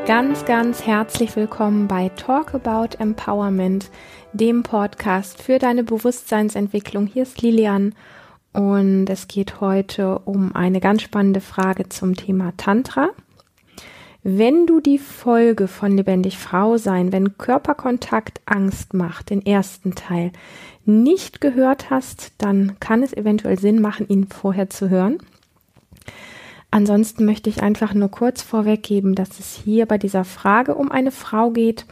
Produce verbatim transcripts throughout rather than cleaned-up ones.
Ganz, ganz herzlich willkommen bei Talk About Empowerment, dem Podcast für deine Bewusstseinsentwicklung. Hier ist Lilian und es geht heute um eine ganz spannende Frage zum Thema Tantra. Wenn du die Folge von Lebendig Frau sein, wenn Körperkontakt Angst macht, den ersten Teil, nicht gehört hast, dann kann es eventuell Sinn machen, ihn vorher zu hören. Ansonsten möchte ich einfach nur kurz vorweggeben, dass es hier bei dieser Frage um eine Frau geht,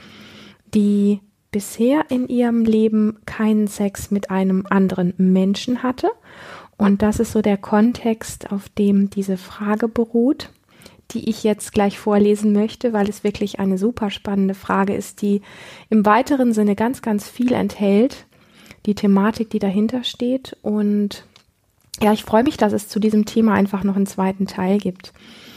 die bisher in ihrem Leben keinen Sex mit einem anderen Menschen hatte. Und das ist so der Kontext, auf dem diese Frage beruht, die ich jetzt gleich vorlesen möchte, weil es wirklich eine super spannende Frage ist, die im weiteren Sinne ganz, ganz viel enthält, die Thematik, die dahinter steht. Und ja, ich freue mich, dass es zu diesem Thema einfach noch einen zweiten Teil gibt.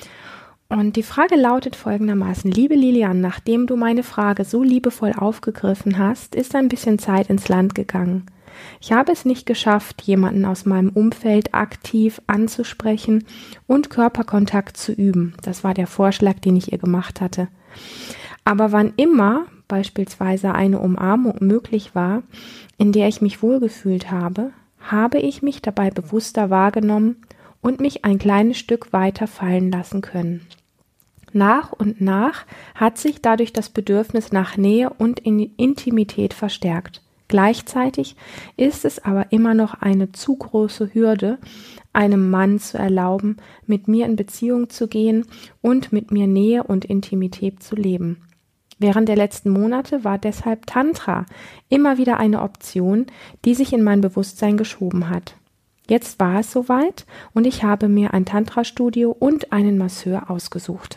Und die Frage lautet folgendermaßen: Liebe Lilian, nachdem du meine Frage so liebevoll aufgegriffen hast, ist ein bisschen Zeit ins Land gegangen. Ich habe es nicht geschafft, jemanden aus meinem Umfeld aktiv anzusprechen und Körperkontakt zu üben. Das war der Vorschlag, den ich ihr gemacht hatte. Aber wann immer beispielsweise eine Umarmung möglich war, in der ich mich wohlgefühlt habe, habe ich mich dabei bewusster wahrgenommen und mich ein kleines Stück weiter fallen lassen können. Nach und nach hat sich dadurch das Bedürfnis nach Nähe und Intimität verstärkt. Gleichzeitig ist es aber immer noch eine zu große Hürde, einem Mann zu erlauben, mit mir in Beziehung zu gehen und mit mir Nähe und Intimität zu leben. Während der letzten Monate war deshalb Tantra immer wieder eine Option, die sich in mein Bewusstsein geschoben hat. Jetzt war es soweit und ich habe mir ein Tantra-Studio und einen Masseur ausgesucht.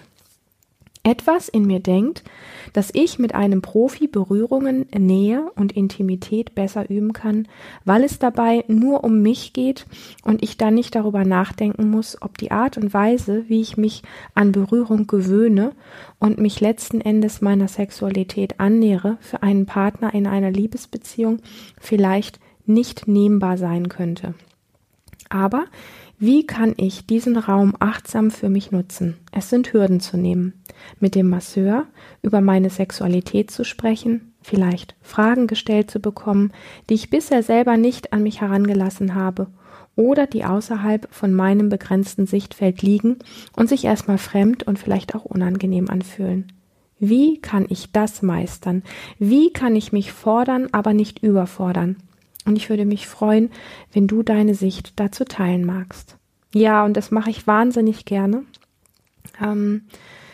Etwas in mir denkt, dass ich mit einem Profi Berührungen, Nähe und Intimität besser üben kann, weil es dabei nur um mich geht und ich dann nicht darüber nachdenken muss, ob die Art und Weise, wie ich mich an Berührung gewöhne und mich letzten Endes meiner Sexualität annähere, für einen Partner in einer Liebesbeziehung vielleicht nicht nehmbar sein könnte. Aber wie kann ich diesen Raum achtsam für mich nutzen? Es sind Hürden zu nehmen, mit dem Masseur über meine Sexualität zu sprechen, vielleicht Fragen gestellt zu bekommen, die ich bisher selber nicht an mich herangelassen habe oder die außerhalb von meinem begrenzten Sichtfeld liegen und sich erstmal fremd und vielleicht auch unangenehm anfühlen. Wie kann ich das meistern? Wie kann ich mich fordern, aber nicht überfordern? Und ich würde mich freuen, wenn du deine Sicht dazu teilen magst. Ja, und das mache ich wahnsinnig gerne, ähm,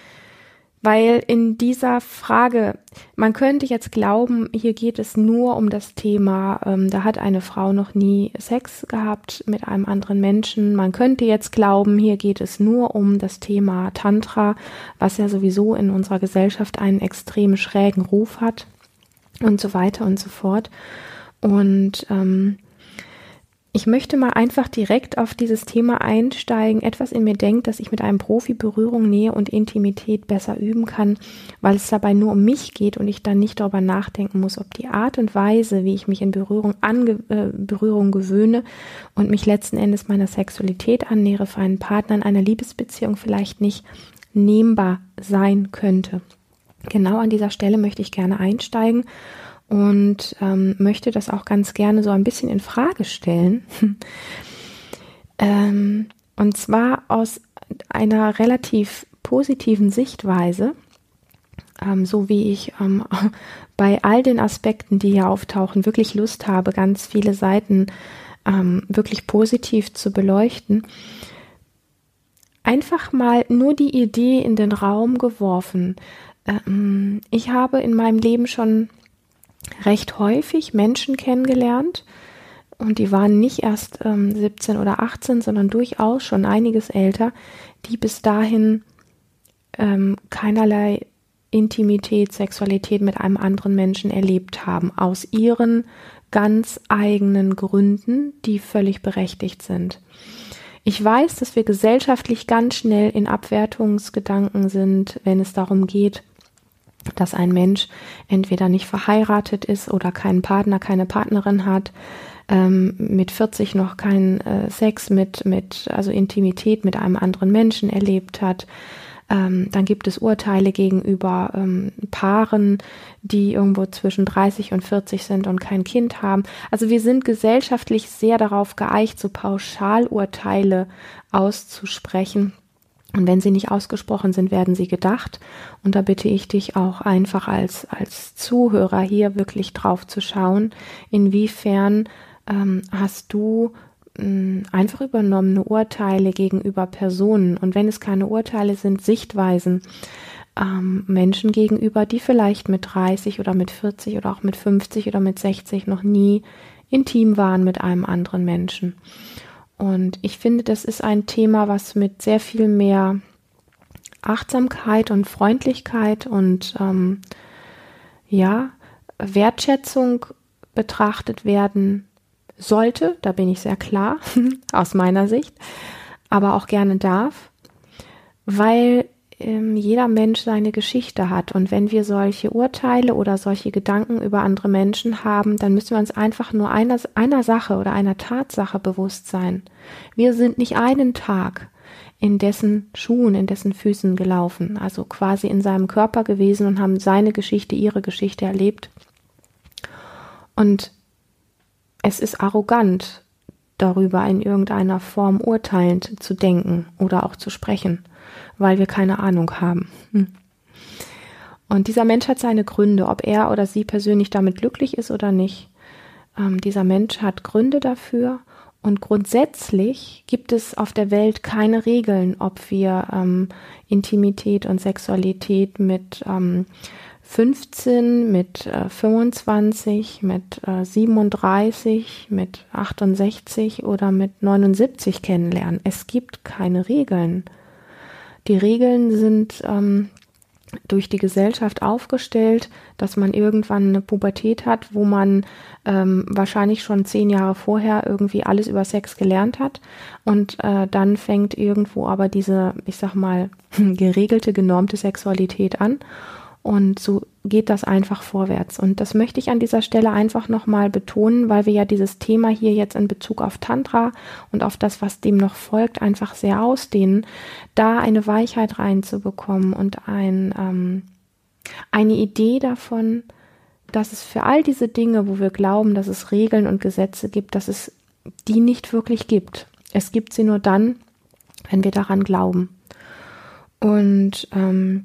weil in dieser Frage, man könnte jetzt glauben, hier geht es nur um das Thema, ähm, da hat eine Frau noch nie Sex gehabt mit einem anderen Menschen. Man könnte jetzt glauben, hier geht es nur um das Thema Tantra, was ja sowieso in unserer Gesellschaft einen extrem schrägen Ruf hat und so weiter und so fort. Und ähm, ich möchte mal einfach direkt auf dieses Thema einsteigen. Etwas in mir denkt, dass ich mit einem Profi Berührung, Nähe und Intimität besser üben kann, weil es dabei nur um mich geht und ich dann nicht darüber nachdenken muss, ob die Art und Weise, wie ich mich in Berührung, ange, äh, Berührung gewöhne und mich letzten Endes meiner Sexualität annähere, für einen Partner in einer Liebesbeziehung vielleicht nicht nehmbar sein könnte. Genau an dieser Stelle möchte ich gerne einsteigen. Und ähm, möchte das auch ganz gerne so ein bisschen in Frage stellen. ähm, und zwar aus einer relativ positiven Sichtweise, ähm, so wie ich ähm, bei all den Aspekten, die hier auftauchen, wirklich Lust habe, ganz viele Seiten ähm, wirklich positiv zu beleuchten. Einfach mal nur die Idee in den Raum geworfen. Ähm, ich habe in meinem Leben schon recht häufig Menschen kennengelernt und die waren nicht erst ähm, siebzehn oder achtzehn, sondern durchaus schon einiges älter, die bis dahin ähm, keinerlei Intimität, Sexualität mit einem anderen Menschen erlebt haben, aus ihren ganz eigenen Gründen, die völlig berechtigt sind. Ich weiß, dass wir gesellschaftlich ganz schnell in Abwertungsgedanken sind, wenn es darum geht, dass ein Mensch entweder nicht verheiratet ist oder keinen Partner, keine Partnerin hat, ähm, mit vierzig noch keinen äh, Sex mit, mit, also Intimität mit einem anderen Menschen erlebt hat, Ähm, dann gibt es Urteile gegenüber ähm, Paaren, die irgendwo zwischen dreißig und vierzig sind und kein Kind haben. Also wir sind gesellschaftlich sehr darauf geeicht, so Pauschalurteile auszusprechen. Und wenn sie nicht ausgesprochen sind, werden sie gedacht. Und da bitte ich dich auch einfach als, als Zuhörer hier wirklich drauf zu schauen, inwiefern ähm, hast du mh, einfach übernommene Urteile gegenüber Personen. Und wenn es keine Urteile sind, Sichtweisen ähm, Menschen gegenüber, die vielleicht mit dreißig oder mit vierzig oder auch mit fünfzig oder mit sechzig noch nie intim waren mit einem anderen Menschen. Und ich finde, das ist ein Thema, was mit sehr viel mehr Achtsamkeit und Freundlichkeit und ähm, ja, Wertschätzung betrachtet werden sollte. Da bin ich sehr klar, aus meiner Sicht, aber auch gerne darf, weil ähm, jeder Mensch seine Geschichte hat. Und wenn wir solche Urteile oder solche Gedanken über andere Menschen haben, dann müssen wir uns einfach nur einer, einer Sache oder einer Tatsache bewusst sein. Wir sind nicht einen Tag in dessen Schuhen, in dessen Füßen gelaufen, also quasi in seinem Körper gewesen und haben seine Geschichte, ihre Geschichte erlebt. Und es ist arrogant, darüber in irgendeiner Form urteilend zu denken oder auch zu sprechen, weil wir keine Ahnung haben. Hm. Und dieser Mensch hat seine Gründe, ob er oder sie persönlich damit glücklich ist oder nicht. Ähm, dieser Mensch hat Gründe dafür. Und grundsätzlich gibt es auf der Welt keine Regeln, ob wir ähm, Intimität und Sexualität mit ähm, fünfzehn, mit äh, fünfundzwanzig, mit äh, siebenunddreißig, mit achtundsechzig oder mit neunundsiebzig kennenlernen. Es gibt keine Regeln. Die Regeln sind ähm, durch die Gesellschaft aufgestellt, dass man irgendwann eine Pubertät hat, wo man ähm, wahrscheinlich schon zehn Jahre vorher irgendwie alles über Sex gelernt hat und äh, dann fängt irgendwo aber diese, ich sag mal, geregelte, genormte Sexualität an und so geht das einfach vorwärts. Und das möchte ich an dieser Stelle einfach nochmal betonen, weil wir ja dieses Thema hier jetzt in Bezug auf Tantra und auf das, was dem noch folgt, einfach sehr ausdehnen, da eine Weichheit reinzubekommen und ein, ähm, eine Idee davon, dass es für all diese Dinge, wo wir glauben, dass es Regeln und Gesetze gibt, dass es die nicht wirklich gibt. Es gibt sie nur dann, wenn wir daran glauben. Und ähm,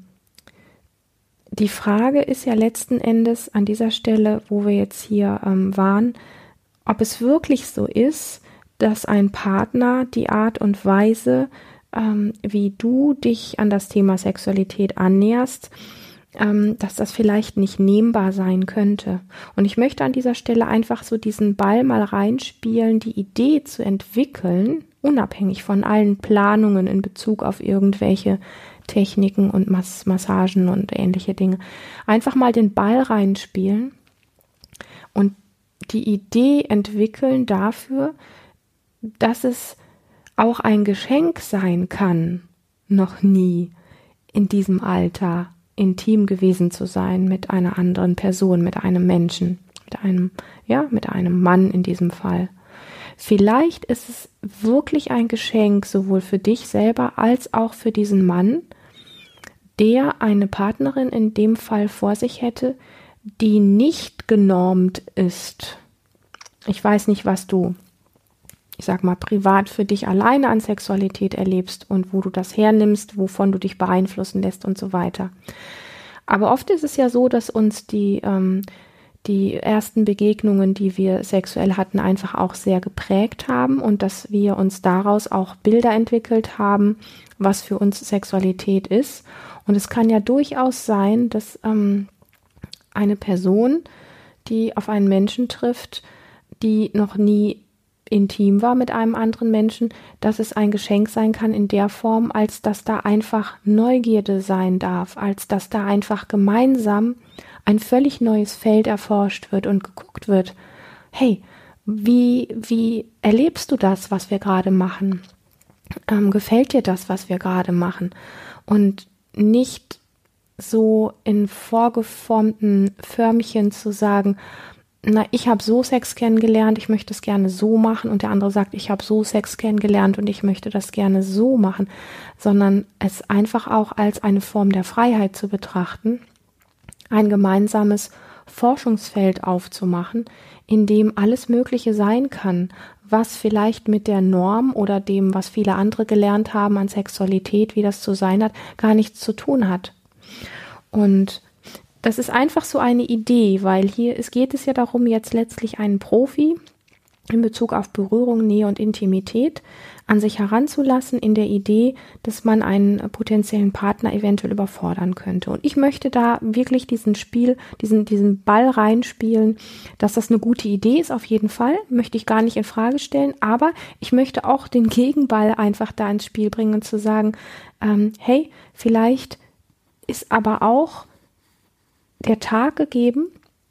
die Frage ist ja letzten Endes an dieser Stelle, wo wir jetzt hier ähm, waren, ob es wirklich so ist, dass ein Partner die Art und Weise, ähm, wie du dich an das Thema Sexualität annäherst, ähm, dass das vielleicht nicht nehmbar sein könnte. Und ich möchte an dieser Stelle einfach so diesen Ball mal reinspielen, die Idee zu entwickeln, unabhängig von allen Planungen in Bezug auf irgendwelche Techniken und Mas- Massagen und ähnliche Dinge. Einfach mal den Ball reinspielen und die Idee entwickeln dafür, dass es auch ein Geschenk sein kann, noch nie in diesem Alter intim gewesen zu sein mit einer anderen Person, mit einem Menschen, mit einem, ja, mit einem Mann in diesem Fall. Vielleicht ist es wirklich ein Geschenk, sowohl für dich selber als auch für diesen Mann, der eine Partnerin in dem Fall vor sich hätte, die nicht genormt ist. Ich weiß nicht, was du, ich sag mal, privat für dich alleine an Sexualität erlebst und wo du das hernimmst, wovon du dich beeinflussen lässt und so weiter. Aber oft ist es ja so, dass uns die, ähm, die ersten Begegnungen, die wir sexuell hatten, einfach auch sehr geprägt haben und dass wir uns daraus auch Bilder entwickelt haben, was für uns Sexualität ist. Und es kann ja durchaus sein, dass ähm, eine Person, die auf einen Menschen trifft, die noch nie intim war mit einem anderen Menschen, dass es ein Geschenk sein kann in der Form, als dass da einfach Neugierde sein darf, als dass da einfach gemeinsam ein völlig neues Feld erforscht wird und geguckt wird, hey, wie, wie erlebst du das, was wir gerade machen? Ähm, gefällt dir das, was wir gerade machen? Und nicht so in vorgeformten Förmchen zu sagen, na, ich habe so Sex kennengelernt, ich möchte es gerne so machen, und der andere sagt, ich habe so Sex kennengelernt und ich möchte das gerne so machen, sondern es einfach auch als eine Form der Freiheit zu betrachten, ein gemeinsames Forschungsfeld aufzumachen, in dem alles Mögliche sein kann, was vielleicht mit der Norm oder dem, was viele andere gelernt haben an Sexualität, wie das zu sein hat, gar nichts zu tun hat. Und das ist einfach so eine Idee, weil hier es geht es ja darum, jetzt letztlich einen Profi in Bezug auf Berührung, Nähe und Intimität an sich heranzulassen, in der Idee, dass man einen potenziellen Partner eventuell überfordern könnte. Und ich möchte da wirklich diesen Spiel, diesen, diesen Ball reinspielen, dass das eine gute Idee ist, auf jeden Fall, möchte ich gar nicht in Frage stellen, aber ich möchte auch den Gegenball einfach da ins Spiel bringen und zu sagen, ähm, hey, vielleicht ist aber auch der Tag gegeben,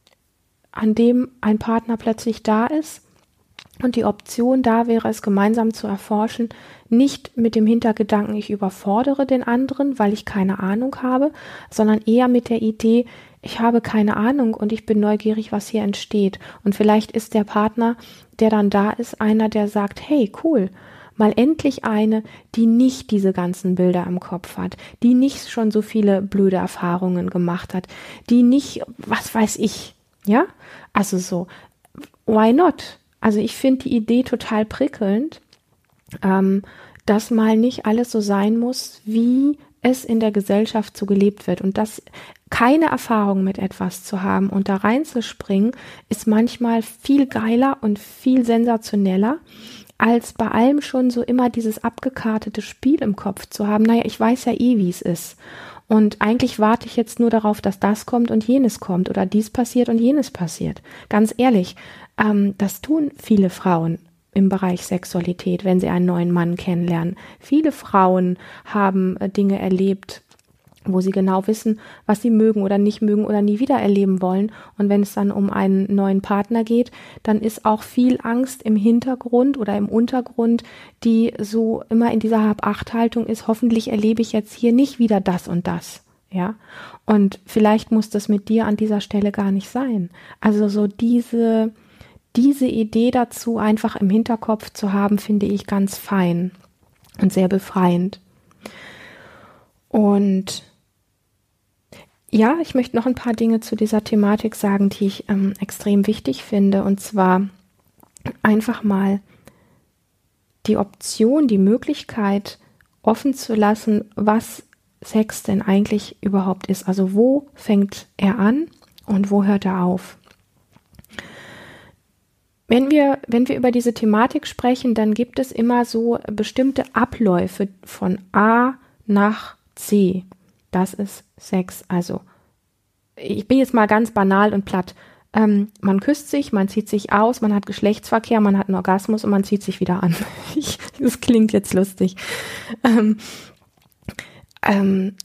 an dem ein Partner plötzlich da ist, und die Option da wäre, es gemeinsam zu erforschen, nicht mit dem Hintergedanken, ich überfordere den anderen, weil ich keine Ahnung habe, sondern eher mit der Idee, ich habe keine Ahnung und ich bin neugierig, was hier entsteht. Und vielleicht ist der Partner, der dann da ist, einer, der sagt, hey, cool, mal endlich eine, die nicht diese ganzen Bilder im Kopf hat, die nicht schon so viele blöde Erfahrungen gemacht hat, die nicht, was weiß ich, ja? Also so, why not? Also ich finde die Idee total prickelnd, ähm, dass mal nicht alles so sein muss, wie es in der Gesellschaft so gelebt wird. Und dass keine Erfahrung mit etwas zu haben und da reinzuspringen, ist manchmal viel geiler und viel sensationeller, als bei allem schon so immer dieses abgekartete Spiel im Kopf zu haben. Naja, ich weiß ja eh, wie es ist. Und eigentlich warte ich jetzt nur darauf, dass das kommt und jenes kommt oder dies passiert und jenes passiert. Ganz ehrlich, ähm, das tun viele Frauen im Bereich Sexualität, wenn sie einen neuen Mann kennenlernen. Viele Frauen haben äh, Dinge erlebt, wo sie genau wissen, was sie mögen oder nicht mögen oder nie wieder erleben wollen. Und wenn es dann um einen neuen Partner geht, dann ist auch viel Angst im Hintergrund oder im Untergrund, die so immer in dieser Hab-Acht-Haltung ist, hoffentlich erlebe ich jetzt hier nicht wieder das und das. Ja, und vielleicht muss das mit dir an dieser Stelle gar nicht sein. Also so diese, diese Idee dazu einfach im Hinterkopf zu haben, finde ich ganz fein und sehr befreiend. Und ja, ich möchte noch ein paar Dinge zu dieser Thematik sagen, die ich ähm, extrem wichtig finde. Und zwar einfach mal die Option, die Möglichkeit offen zu lassen, was Sex denn eigentlich überhaupt ist. Also wo fängt er an und wo hört er auf? Wenn wir, wenn wir über diese Thematik sprechen, dann gibt es immer so bestimmte Abläufe von A nach C. Das ist Sex. Also ich bin jetzt mal ganz banal und platt. Ähm, man küsst sich, man zieht sich aus, man hat Geschlechtsverkehr, man hat einen Orgasmus und man zieht sich wieder an. Ich, das klingt jetzt lustig. Ähm, ähm,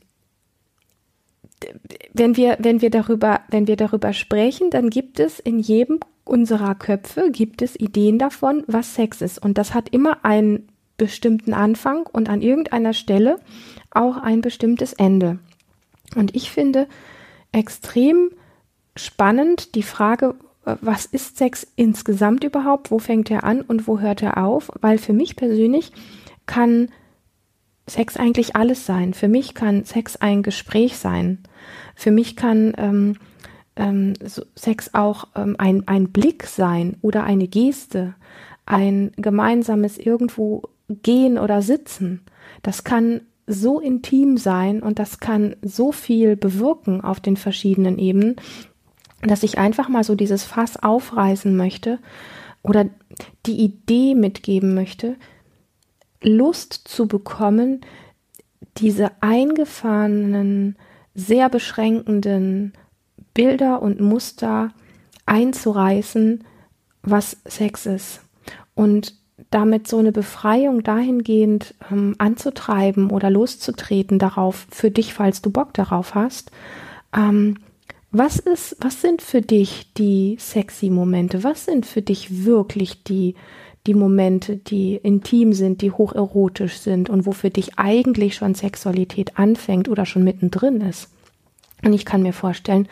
wenn wir, wenn wir darüber, wenn wir darüber sprechen, dann gibt es in jedem unserer Köpfe gibt es Ideen davon, was Sex ist. Und das hat immer einen bestimmten Anfang und an irgendeiner Stelle auch ein bestimmtes Ende. Und ich finde extrem spannend die Frage, was ist Sex insgesamt überhaupt? Wo fängt er an und wo hört er auf? Weil für mich persönlich kann Sex eigentlich alles sein. Für mich kann Sex ein Gespräch sein. Für mich kann ähm, ähm, so Sex auch ähm, ein, ein Blick sein oder eine Geste, ein gemeinsames irgendwo gehen oder sitzen. Das kann so intim sein und das kann so viel bewirken auf den verschiedenen Ebenen, dass ich einfach mal so dieses Fass aufreißen möchte oder die Idee mitgeben möchte, Lust zu bekommen, diese eingefahrenen, sehr beschränkenden Bilder und Muster einzureißen, was Sex ist. Und damit so eine Befreiung dahingehend ähm, anzutreiben oder loszutreten darauf, für dich, falls du Bock darauf hast. Ähm, was ist, was sind für dich die sexy Momente? Was sind für dich wirklich die, die Momente, die intim sind, die hocherotisch sind und wo für dich eigentlich schon Sexualität anfängt oder schon mittendrin ist? Und ich kann mir vorstellen,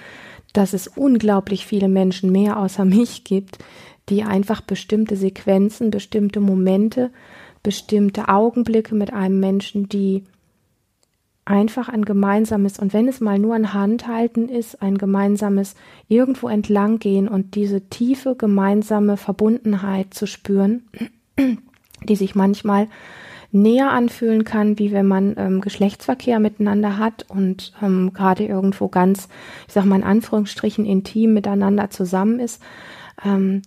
dass es unglaublich viele Menschen mehr außer mich gibt, die einfach bestimmte Sequenzen, bestimmte Momente, bestimmte Augenblicke mit einem Menschen, die einfach ein gemeinsames, und wenn es mal nur ein Handhalten ist, ein gemeinsames irgendwo entlang gehen und diese tiefe gemeinsame Verbundenheit zu spüren, die sich manchmal näher anfühlen kann, wie wenn man ähm, Geschlechtsverkehr miteinander hat und ähm, gerade irgendwo ganz, ich sag mal in Anführungsstrichen, intim miteinander zusammen ist. Ähm,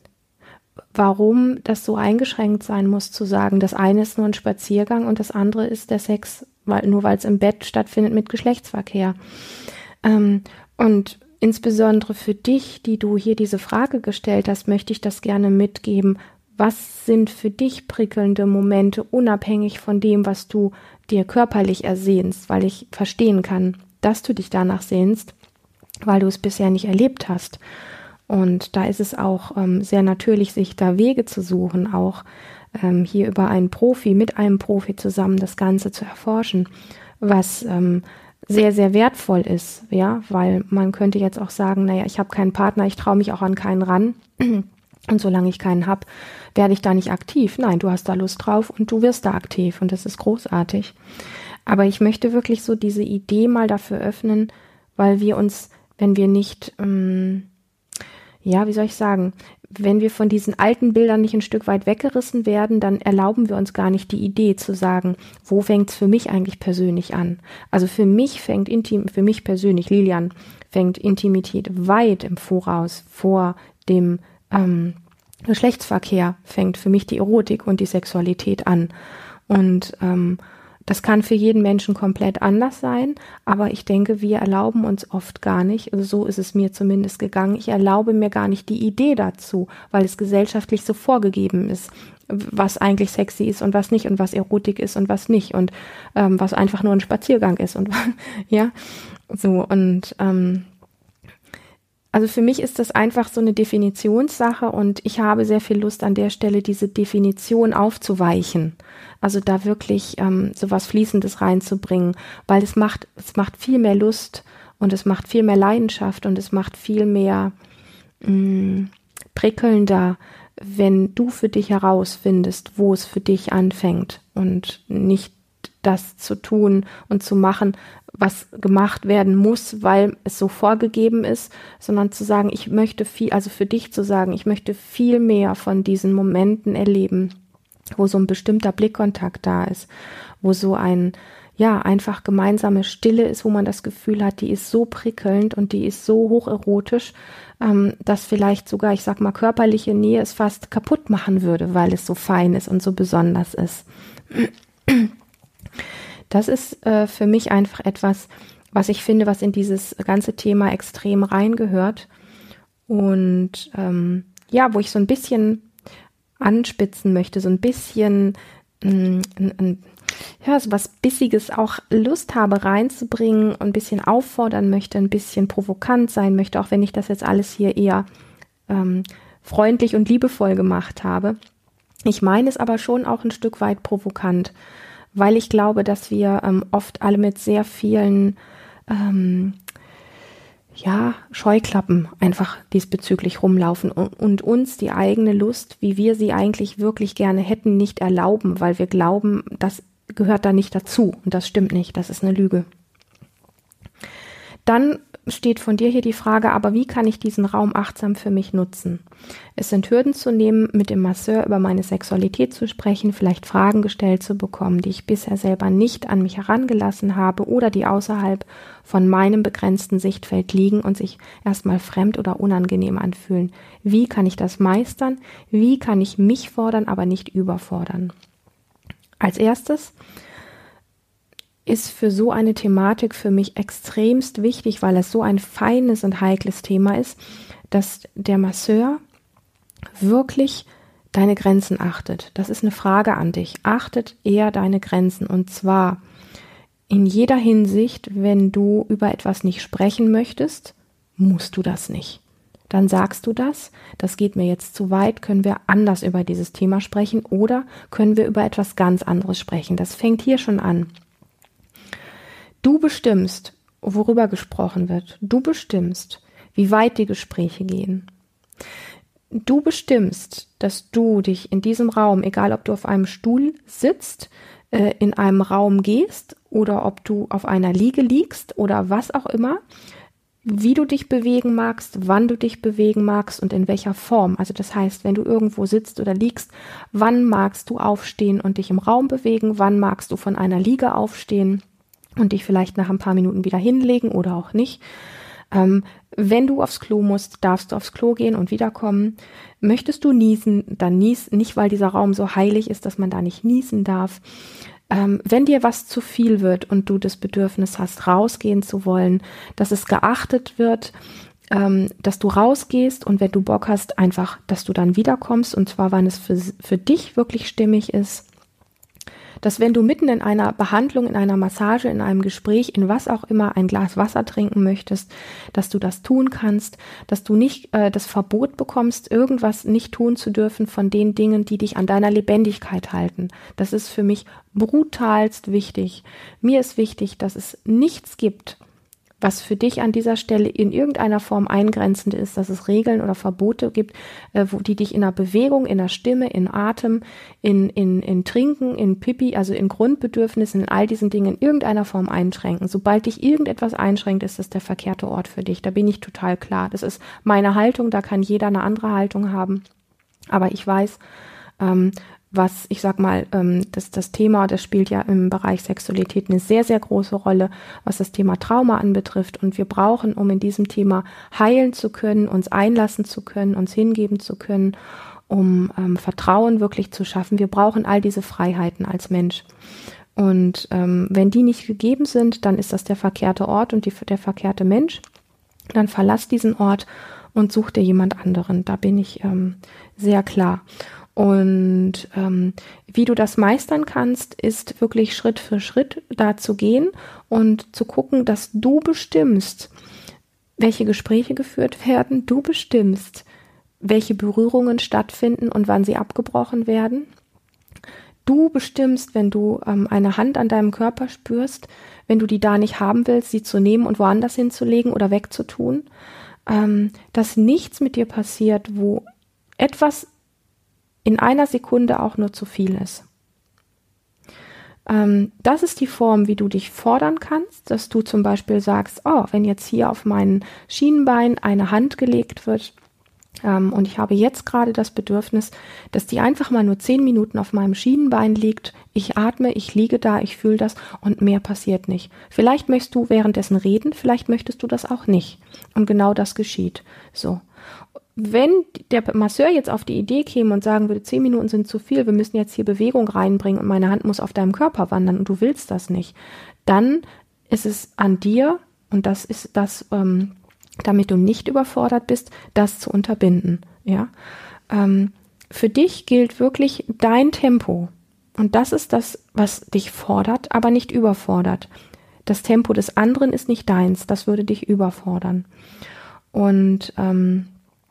warum das so eingeschränkt sein muss, zu sagen, das eine ist nur ein Spaziergang und das andere ist der Sex, weil, nur weil es im Bett stattfindet mit Geschlechtsverkehr. Ähm, und insbesondere für dich, die du hier diese Frage gestellt hast, möchte ich das gerne mitgeben. Was sind für dich prickelnde Momente, unabhängig von dem, was du dir körperlich ersehnst, weil ich verstehen kann, dass du dich danach sehnst, weil du es bisher nicht erlebt hast. Und da ist es auch ähm, sehr natürlich, sich da Wege zu suchen, auch ähm, hier über einen Profi, mit einem Profi zusammen das Ganze zu erforschen, was ähm, sehr, sehr wertvoll ist, ja, weil man könnte jetzt auch sagen, naja, ich habe keinen Partner, ich traue mich auch an keinen ran und solange ich keinen habe, werde ich da nicht aktiv. Nein, du hast da Lust drauf und du wirst da aktiv und das ist großartig. Aber ich möchte wirklich so diese Idee mal dafür öffnen, weil wir uns, wenn wir nicht, ähm, ja, wie soll ich sagen, wenn wir von diesen alten Bildern nicht ein Stück weit weggerissen werden, dann erlauben wir uns gar nicht die Idee zu sagen, wo fängt es für mich eigentlich persönlich an? Also für mich fängt intim, für mich persönlich, Lilian, fängt Intimität weit im Voraus vor dem ähm, Geschlechtsverkehr, fängt für mich die Erotik und die Sexualität an. Und ähm, das kann für jeden Menschen komplett anders sein, aber ich denke, wir erlauben uns oft gar nicht, also so ist es mir zumindest gegangen, ich erlaube mir gar nicht die Idee dazu, weil es gesellschaftlich so vorgegeben ist, was eigentlich sexy ist und was nicht und was Erotik ist und was nicht und ähm, was einfach nur ein Spaziergang ist und ja, so und ähm, also für mich ist das einfach so eine Definitionssache und ich habe sehr viel Lust an der Stelle, diese Definition aufzuweichen. Also da wirklich ähm, so was Fließendes reinzubringen, weil es macht, es macht viel mehr Lust und es macht viel mehr Leidenschaft und es macht viel mehr mh, prickelnder, wenn du für dich herausfindest, wo es für dich anfängt und nicht das zu tun und zu machen, was gemacht werden muss, weil es so vorgegeben ist, sondern zu sagen, ich möchte viel, also für dich zu sagen, ich möchte viel mehr von diesen Momenten erleben, wo so ein bestimmter Blickkontakt da ist, wo so ein, ja, einfach gemeinsame Stille ist, wo man das Gefühl hat, die ist so prickelnd und die ist so hocherotisch, ähm, dass vielleicht sogar, ich sag mal, körperliche Nähe es fast kaputt machen würde, weil es so fein ist und so besonders ist. Das ist äh, für mich einfach etwas, was ich finde, was in dieses ganze Thema extrem reingehört und ähm, ja, wo ich so ein bisschen anspitzen möchte, so ein bisschen mh, n, n, ja, so was Bissiges auch Lust habe reinzubringen und ein bisschen auffordern möchte, ein bisschen provokant sein möchte, auch wenn ich das jetzt alles hier eher ähm, freundlich und liebevoll gemacht habe. Ich meine es aber schon auch ein Stück weit provokant, weil ich glaube, dass wir ähm, oft alle mit sehr vielen ähm, ja, Scheuklappen einfach diesbezüglich rumlaufen und, und uns die eigene Lust, wie wir sie eigentlich wirklich gerne hätten, nicht erlauben, weil wir glauben, das gehört da nicht dazu und das stimmt nicht, das ist eine Lüge. Dann steht von dir hier die Frage, aber wie kann ich diesen Raum achtsam für mich nutzen? Es sind Hürden zu nehmen, mit dem Masseur über meine Sexualität zu sprechen, vielleicht Fragen gestellt zu bekommen, die ich bisher selber nicht an mich herangelassen habe oder die außerhalb von meinem begrenzten Sichtfeld liegen und sich erstmal fremd oder unangenehm anfühlen. Wie kann ich das meistern? Wie kann ich mich fordern, aber nicht überfordern? Als erstes ist für so eine Thematik für mich extremst wichtig, weil es so ein feines und heikles Thema ist, dass der Masseur wirklich deine Grenzen achtet. Das ist eine Frage an dich. Achtet er deine Grenzen? Und zwar in jeder Hinsicht, wenn du über etwas nicht sprechen möchtest, musst du das nicht. Dann sagst du das, das geht mir jetzt zu weit, können wir anders über dieses Thema sprechen oder können wir über etwas ganz anderes sprechen. Das fängt hier schon an. Du bestimmst, worüber gesprochen wird. Du bestimmst, wie wie weit die Gespräche gehen. Du bestimmst, dass du dich in diesem Raum, egal ob du auf einem Stuhl sitzt, äh, in einem Raum gehst oder ob du auf einer Liege liegst oder was auch immer, wie du dich bewegen magst, wann du dich bewegen magst und in welcher Form. Also das heißt, wenn du irgendwo sitzt oder liegst, wann magst du aufstehen und dich im Raum bewegen, wann magst du von einer Liege aufstehen und dich vielleicht nach ein paar Minuten wieder hinlegen oder auch nicht. Ähm, wenn du aufs Klo musst, darfst du aufs Klo gehen und wiederkommen. Möchtest du niesen, dann nies, nicht weil dieser Raum so heilig ist, dass man da nicht niesen darf. Ähm, wenn dir was zu viel wird und du das Bedürfnis hast, rausgehen zu wollen, dass es geachtet wird, ähm, dass du rausgehst und wenn du Bock hast, einfach, dass du dann wiederkommst und zwar, wann es für, für dich wirklich stimmig ist. Dass wenn du mitten in einer Behandlung, in einer Massage, in einem Gespräch, in was auch immer ein Glas Wasser trinken möchtest, dass du das tun kannst, dass du nicht äh, das Verbot bekommst, irgendwas nicht tun zu dürfen von den Dingen, die dich an deiner Lebendigkeit halten. Das ist für mich brutalst wichtig. Mir ist wichtig, dass es nichts gibt, was für dich an dieser Stelle in irgendeiner Form eingrenzend ist, dass es Regeln oder Verbote gibt, äh, wo die dich in der Bewegung, in der Stimme, in Atem, in, in, in Trinken, in Pipi, also in Grundbedürfnissen, in all diesen Dingen in irgendeiner Form einschränken. Sobald dich irgendetwas einschränkt, ist das der verkehrte Ort für dich. Da bin ich total klar. Das ist meine Haltung, da kann jeder eine andere Haltung haben. Aber ich weiß, ähm, was, ich sag mal, ähm, das, das Thema, das spielt ja im Bereich Sexualität eine sehr, sehr große Rolle, was das Thema Trauma anbetrifft. Und wir brauchen, um in diesem Thema heilen zu können, uns einlassen zu können, uns hingeben zu können, um ähm, Vertrauen wirklich zu schaffen. Wir brauchen all diese Freiheiten als Mensch. Und ähm, wenn die nicht gegeben sind, dann ist das der verkehrte Ort und die, der verkehrte Mensch. Dann verlass diesen Ort und such dir jemand anderen. Da bin ich ähm, sehr klar. Und ähm, wie du das meistern kannst, ist wirklich Schritt für Schritt da zu gehen und zu gucken, dass du bestimmst, welche Gespräche geführt werden, du bestimmst, welche Berührungen stattfinden und wann sie abgebrochen werden. Du bestimmst, wenn du ähm, eine Hand an deinem Körper spürst, wenn du die da nicht haben willst, sie zu nehmen und woanders hinzulegen oder wegzutun, ähm, dass nichts mit dir passiert, wo etwas in einer Sekunde auch nur zu viel ist. Ähm, das ist die Form, wie du dich fordern kannst, dass du zum Beispiel sagst, oh, wenn jetzt hier auf mein Schienenbein eine Hand gelegt wird ähm, und ich habe jetzt gerade das Bedürfnis, dass die einfach mal nur zehn Minuten auf meinem Schienenbein liegt, ich atme, ich liege da, ich fühle das und mehr passiert nicht. Vielleicht möchtest du währenddessen reden, vielleicht möchtest du das auch nicht. Und genau das geschieht. So. Wenn der Masseur jetzt auf die Idee käme und sagen würde, zehn Minuten sind zu viel, wir müssen jetzt hier Bewegung reinbringen und meine Hand muss auf deinem Körper wandern und du willst das nicht, dann ist es an dir, und das ist das, ähm, damit du nicht überfordert bist, das zu unterbinden. Ja? Ähm, für dich gilt wirklich dein Tempo und das ist das, was dich fordert, aber nicht überfordert. Das Tempo des anderen ist nicht deins, das würde dich überfordern. Und ähm,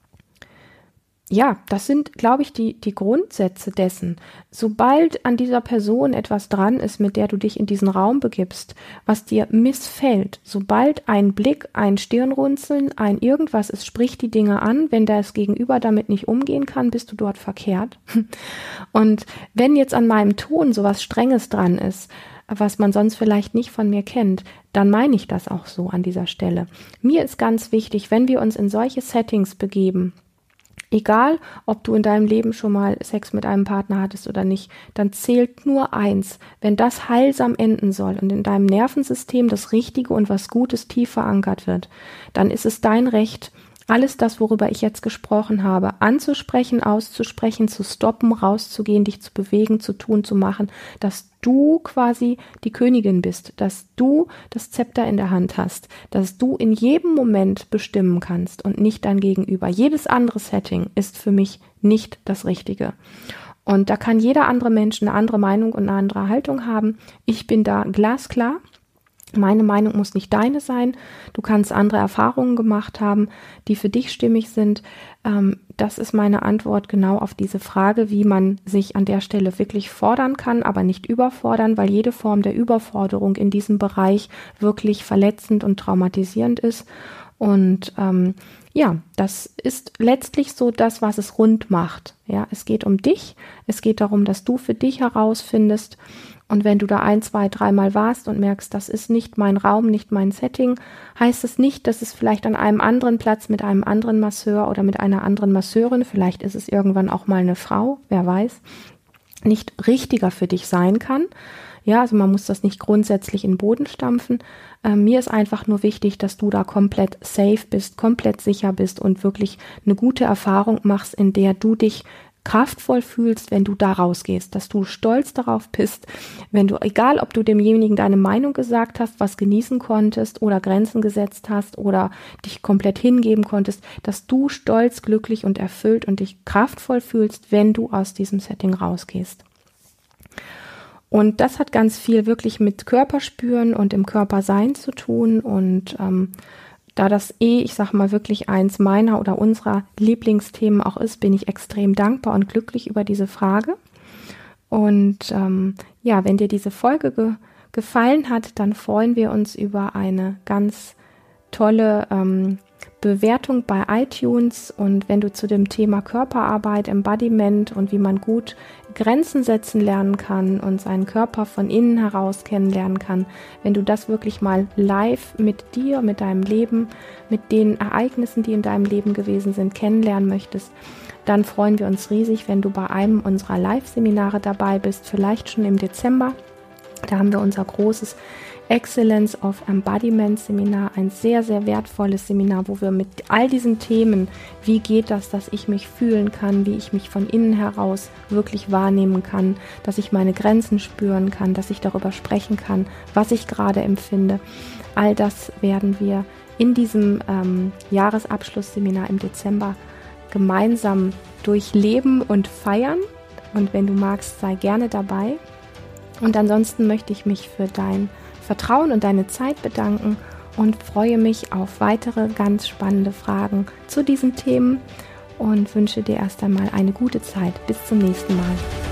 ja, das sind, glaube ich, die, die Grundsätze dessen. Sobald an dieser Person etwas dran ist, mit der du dich in diesen Raum begibst, was dir missfällt, sobald ein Blick, ein Stirnrunzeln, ein irgendwas ist, sprich die Dinge an, wenn das Gegenüber damit nicht umgehen kann, bist du dort verkehrt. Und wenn jetzt an meinem Ton sowas Strenges dran ist, was man sonst vielleicht nicht von mir kennt, dann meine ich das auch so an dieser Stelle. Mir ist ganz wichtig, wenn wir uns in solche Settings begeben, egal, ob du in deinem Leben schon mal Sex mit einem Partner hattest oder nicht, dann zählt nur eins. Wenn das heilsam enden soll und in deinem Nervensystem das Richtige und was Gutes tief verankert wird, dann ist es dein Recht, alles das, worüber ich jetzt gesprochen habe, anzusprechen, auszusprechen, zu stoppen, rauszugehen, dich zu bewegen, zu tun, zu machen, dass du quasi die Königin bist, dass du das Zepter in der Hand hast, dass du in jedem Moment bestimmen kannst und nicht dein Gegenüber. Jedes andere Setting ist für mich nicht das Richtige. Und da kann jeder andere Mensch eine andere Meinung und eine andere Haltung haben. Ich bin da glasklar. Meine Meinung muss nicht deine sein. Du kannst andere Erfahrungen gemacht haben, die für dich stimmig sind. Ähm, das ist meine Antwort genau auf diese Frage, wie man sich an der Stelle wirklich fordern kann, aber nicht überfordern, weil jede Form der Überforderung in diesem Bereich wirklich verletzend und traumatisierend ist. Und ähm, ja, das ist letztlich so das, was es rund macht. Ja, es geht um dich. Es geht darum, dass du für dich herausfindest. Und wenn du da ein, zwei, dreimal warst und merkst, das ist nicht mein Raum, nicht mein Setting, heißt es nicht, dass es vielleicht an einem anderen Platz mit einem anderen Masseur oder mit einer anderen Masseurin, vielleicht ist es irgendwann auch mal eine Frau, wer weiß, nicht richtiger für dich sein kann. Ja, also man muss das nicht grundsätzlich in den Boden stampfen. Äh, mir ist einfach nur wichtig, dass du da komplett safe bist, komplett sicher bist und wirklich eine gute Erfahrung machst, in der du dich kraftvoll fühlst, wenn du da rausgehst, dass du stolz darauf bist, wenn du, egal ob du demjenigen deine Meinung gesagt hast, was genießen konntest oder Grenzen gesetzt hast oder dich komplett hingeben konntest, dass du stolz, glücklich und erfüllt und dich kraftvoll fühlst, wenn du aus diesem Setting rausgehst. Und das hat ganz viel wirklich mit Körperspüren und im Körpersein zu tun und ähm, da das eh, ich sag mal, wirklich eins meiner oder unserer Lieblingsthemen auch ist, bin ich extrem dankbar und glücklich über diese Frage. Und ähm, ja, wenn dir diese Folge ge- gefallen hat, dann freuen wir uns über eine ganz tolle ähm, Bewertung bei iTunes. Und wenn du zu dem Thema Körperarbeit, Embodiment und wie man gut Grenzen setzen lernen kann und seinen Körper von innen heraus kennenlernen kann, wenn du das wirklich mal live mit dir, mit deinem Leben, mit den Ereignissen, die in deinem Leben gewesen sind, kennenlernen möchtest, dann freuen wir uns riesig, wenn du bei einem unserer Live-Seminare dabei bist, vielleicht schon im Dezember. Da haben wir unser großes Excellence of Embodiment Seminar, ein sehr, sehr wertvolles Seminar, wo wir mit all diesen Themen, wie geht das, dass ich mich fühlen kann, wie ich mich von innen heraus wirklich wahrnehmen kann, dass ich meine Grenzen spüren kann, dass ich darüber sprechen kann, was ich gerade empfinde. All das werden wir in diesem ähm, Jahresabschlussseminar im Dezember gemeinsam durchleben und feiern. Und wenn du magst, sei gerne dabei. Und ansonsten möchte ich mich für dein Vertrauen und deine Zeit bedanken und freue mich auf weitere ganz spannende Fragen zu diesen Themen und wünsche dir erst einmal eine gute Zeit. Bis zum nächsten Mal.